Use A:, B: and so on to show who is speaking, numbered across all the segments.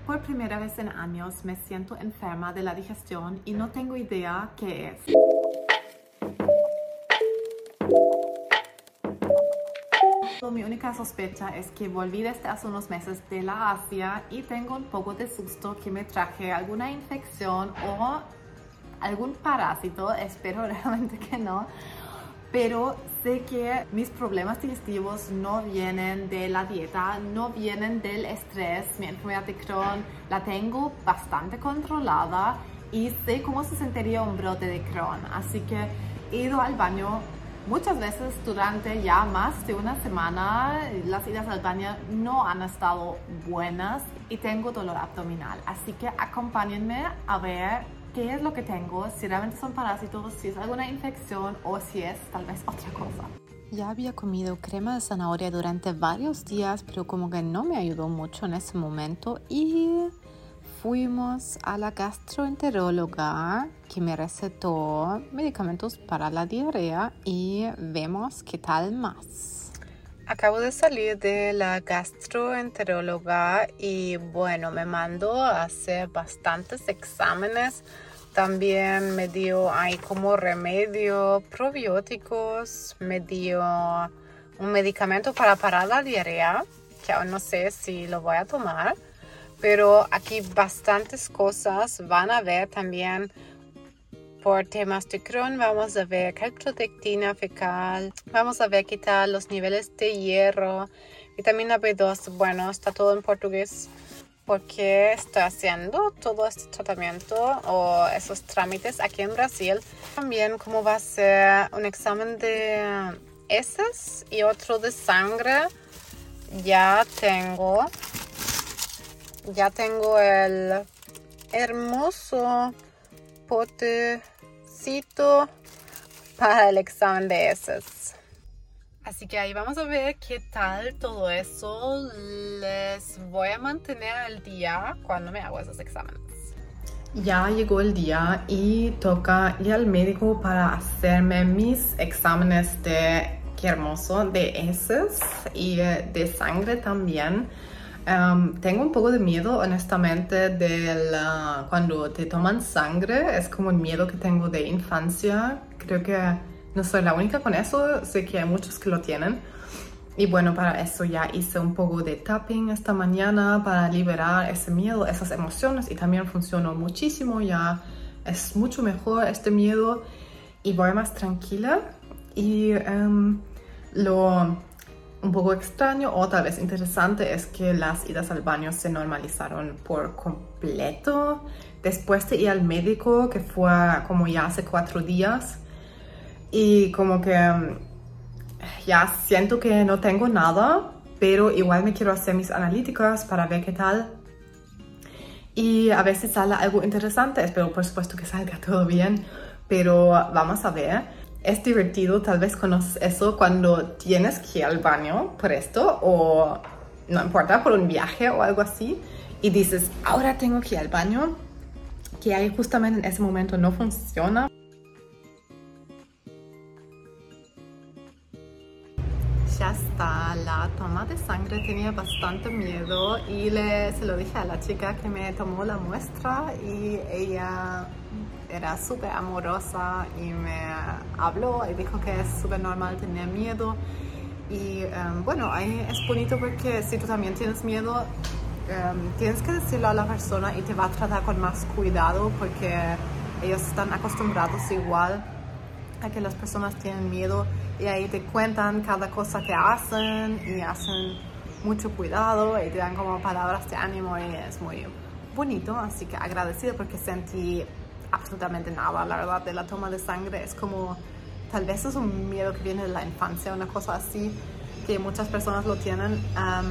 A: por primera vez en años me siento enferma de la digestión y no tengo idea qué es. Mi única sospecha es que volví desde hace unos meses de la Asia y tengo un poco de susto que me traje alguna infección o algún parásito. Espero realmente que no. Pero sé que mis problemas digestivos no vienen de la dieta, no vienen del estrés. Mi enfermedad de Crohn la tengo bastante controlada y sé cómo se sentiría un brote de Crohn. Así que he ido al baño muchas veces durante ya más de una semana. Las idas al baño no han estado buenas y tengo dolor abdominal. Así que acompáñenme a ver qué es lo que tengo, si realmente son parásitos, si es alguna infección o si es tal vez otra cosa. Ya había comido crema de zanahoria durante varios días, pero como que no me ayudó mucho en ese momento y fuimos a la gastroenteróloga que me recetó medicamentos para la diarrea y vemos qué tal más. Acabo de salir de la gastroenteróloga y bueno, me mandó a hacer bastantes exámenes. También me dio ahí como remedio probióticos, me dio un medicamento para parar la diarrea, que aún no sé si lo voy a tomar, pero aquí bastantes cosas van a ver también. Por temas de Crohn vamos a ver calprotectina fecal, vamos a ver qué tal los niveles de hierro, vitamina B2, bueno, está todo en portugués porque estoy haciendo todo este tratamiento o esos trámites aquí en Brasil. También cómo va a ser un examen de heces y otro de sangre. Ya tengo el hermoso potecito para el examen de heces. Así que ahí vamos a ver qué tal todo eso. Les voy a mantener al día cuando me hago esos exámenes. Ya llegó el día y toca ir al médico para hacerme mis exámenes de, qué hermoso, de heces y de sangre también. Tengo un poco de miedo, honestamente, cuando te toman sangre. Es como un miedo que tengo de infancia. Creo que no soy la única con eso. Sé que hay muchos que lo tienen. Y bueno, para eso ya hice un poco de tapping esta mañana para liberar ese miedo, esas emociones. Y también funcionó muchísimo. Ya es mucho mejor este miedo y voy más tranquila. Y un poco extraño o tal vez interesante es que las idas al baño se normalizaron por completo después de ir al médico, que fue como ya hace 4 días, y como que ya siento que no tengo nada, pero igual me quiero hacer mis analíticas para ver qué tal y a ver si sale algo interesante. Espero por supuesto que salga todo bien, pero vamos a ver. Es divertido, tal vez conoces eso cuando tienes que ir al baño por esto o no importa, por un viaje o algo así y dices, ahora tengo que ir al baño, que ahí justamente en ese momento no funciona. Ya está, la toma de sangre, tenía bastante miedo y se lo dije a la chica que me tomó la muestra y ella era súper amorosa y me habló y dijo que es súper normal tener miedo. Y bueno, ahí es bonito porque si tú también tienes miedo, tienes que decirlo a la persona y te va a tratar con más cuidado porque ellos están acostumbrados igual a que las personas tienen miedo y ahí te cuentan cada cosa que hacen y hacen mucho cuidado y te dan como palabras de ánimo y es muy bonito. Así que agradecida porque sentí absolutamente nada, la verdad, de la toma de sangre. Es como, tal vez es un miedo que viene de la infancia, una cosa así, que muchas personas lo tienen.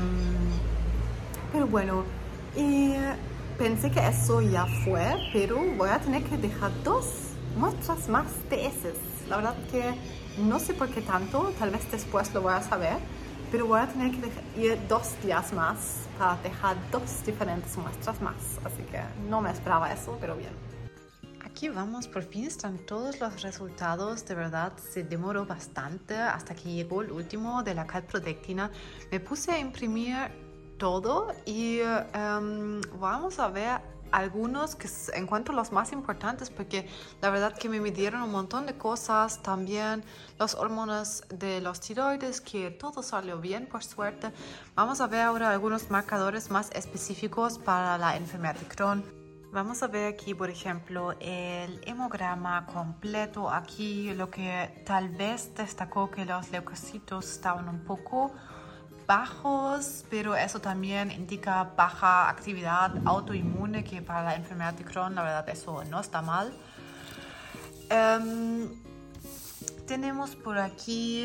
A: Pero bueno, y pensé que eso ya fue, pero voy a tener que dejar 2 muestras más de heces. La verdad que no sé por qué tanto, tal vez después lo voy a saber, pero voy a tener que ir 2 días más para dejar 2 diferentes muestras más. Así que no me esperaba eso, pero bien. Aquí vamos, por fin están todos los resultados. De verdad se demoró bastante hasta que llegó el último de la calprotectina. Me puse a imprimir todo y vamos a ver algunos que encuentro los más importantes porque la verdad que me midieron un montón de cosas, también los hormonas de los tiroides, que todo salió bien por suerte. Vamos a ver ahora algunos marcadores más específicos para la enfermedad de Crohn. Vamos a ver aquí, por ejemplo, el hemograma completo. Aquí lo que tal vez destacó que los leucocitos estaban un poco bajos, pero eso también indica baja actividad autoinmune, que para la enfermedad de Crohn, la verdad, eso no está mal. Tenemos por aquí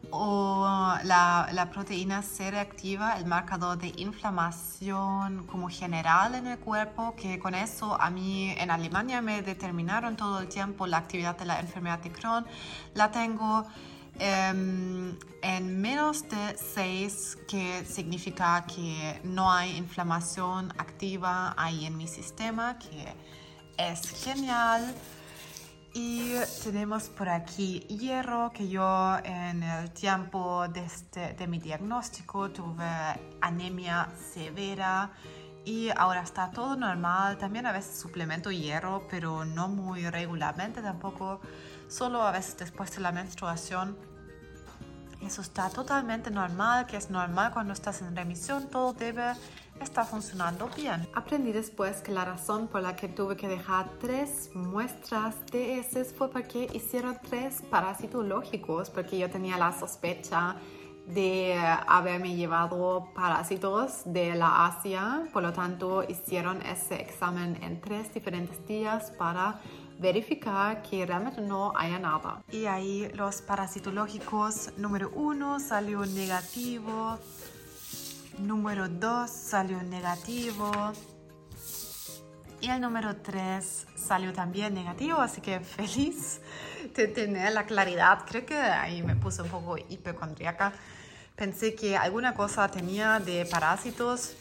A: la proteína C reactiva, el marcador de inflamación como general en el cuerpo, que con eso a mí en Alemania me determinaron todo el tiempo la actividad de la enfermedad de Crohn. La tengo en menos de 6, que significa que no hay inflamación activa ahí en mi sistema, que es genial. Y tenemos por aquí hierro, que yo en el tiempo de mi diagnóstico tuve anemia severa y ahora está todo normal. También a veces suplemento hierro, pero no muy regularmente tampoco, solo a veces después de la menstruación. Eso está totalmente normal, que es normal cuando estás en remisión, todo debe estar funcionando bien. Aprendí después que la razón por la que tuve que dejar 3 muestras de heces fue porque hicieron 3 parasitológicos, porque yo tenía la sospecha de haberme llevado parásitos de la Asia, por lo tanto hicieron ese examen en 3 diferentes días para verificar que realmente no haya nada. Y ahí los parasitológicos, número 1 salió negativo, número 2 salió negativo y el número 3 salió también negativo, así que feliz de tener la claridad. Creo que ahí me puse un poco hipocondríaca. Pensé que alguna cosa tenía de parásitos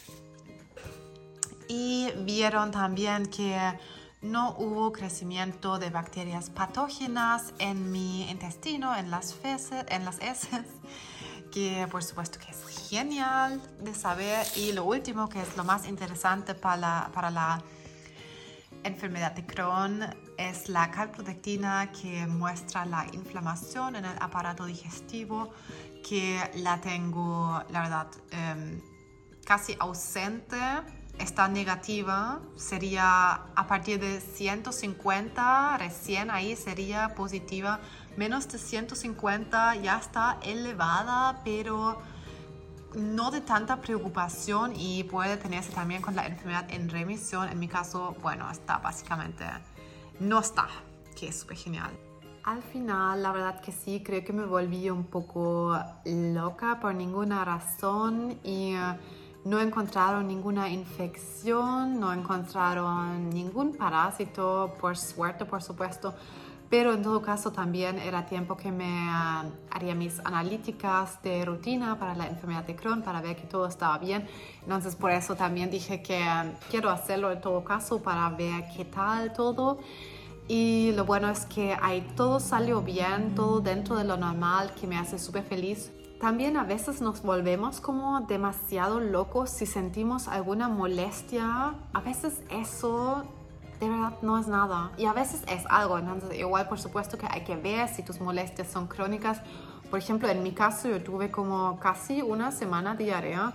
A: y vieron también que no hubo crecimiento de bacterias patógenas en mi intestino, en las heces, que por supuesto que es genial de saber. Y lo último, que es lo más interesante para la enfermedad de Crohn, es la calprotectina, que muestra la inflamación en el aparato digestivo, que la tengo, la verdad, casi ausente. Está negativa, sería a partir de 150, recién ahí sería positiva. Menos de 150 ya está elevada, pero no de tanta preocupación, y puede tenerse también con la enfermedad en remisión. En mi caso, bueno, está básicamente, no está, que es súper genial. Al final, la verdad que sí, creo que me volví un poco loca por ninguna razón y no encontraron ninguna infección, no encontraron ningún parásito, por suerte, por supuesto. Pero en todo caso también era tiempo que me haría mis analíticas de rutina para la enfermedad de Crohn, para ver que todo estaba bien. Entonces por eso también dije que quiero hacerlo en todo caso para ver qué tal todo. Y lo bueno es que ahí todo salió bien, todo dentro de lo normal, que me hace súper feliz. También a veces nos volvemos como demasiado locos si sentimos alguna molestia. A veces eso de verdad no es nada y a veces es algo. Entonces igual por supuesto que hay que ver si tus molestias son crónicas. Por ejemplo, en mi caso yo tuve como casi una semana de diarrea.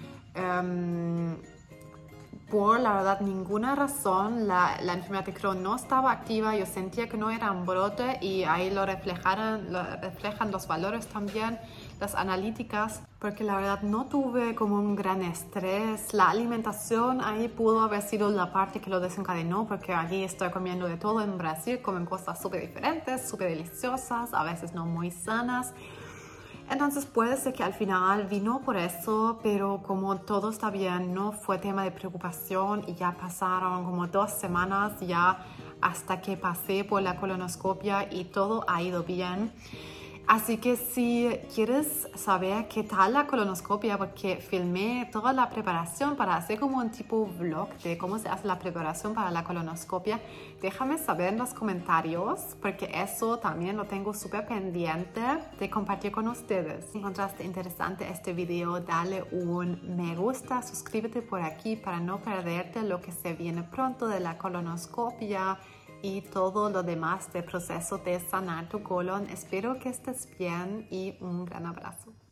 A: Por la verdad ninguna razón. La enfermedad de Crohn no estaba activa, yo sentía que no era un brote y ahí lo reflejan los valores también, las analíticas, porque la verdad no tuve como un gran estrés. La alimentación ahí pudo haber sido la parte que lo desencadenó, porque aquí estoy comiendo de todo. En Brasil comen cosas súper diferentes, súper deliciosas, a veces no muy sanas. Entonces puede ser que al final vino por eso, pero como todo está bien, no fue tema de preocupación y ya pasaron como 2 semanas ya hasta que pasé por la colonoscopia y todo ha ido bien. Así que si quieres saber qué tal la colonoscopia, porque filmé toda la preparación para hacer como un tipo vlog de cómo se hace la preparación para la colonoscopia, déjame saber en los comentarios, porque eso también lo tengo súper pendiente de compartir con ustedes. Si encontraste interesante este video, dale un me gusta, suscríbete por aquí para no perderte lo que se viene pronto de la colonoscopia y todo lo demás del proceso de sanar tu colon. Espero que estés bien y un gran abrazo.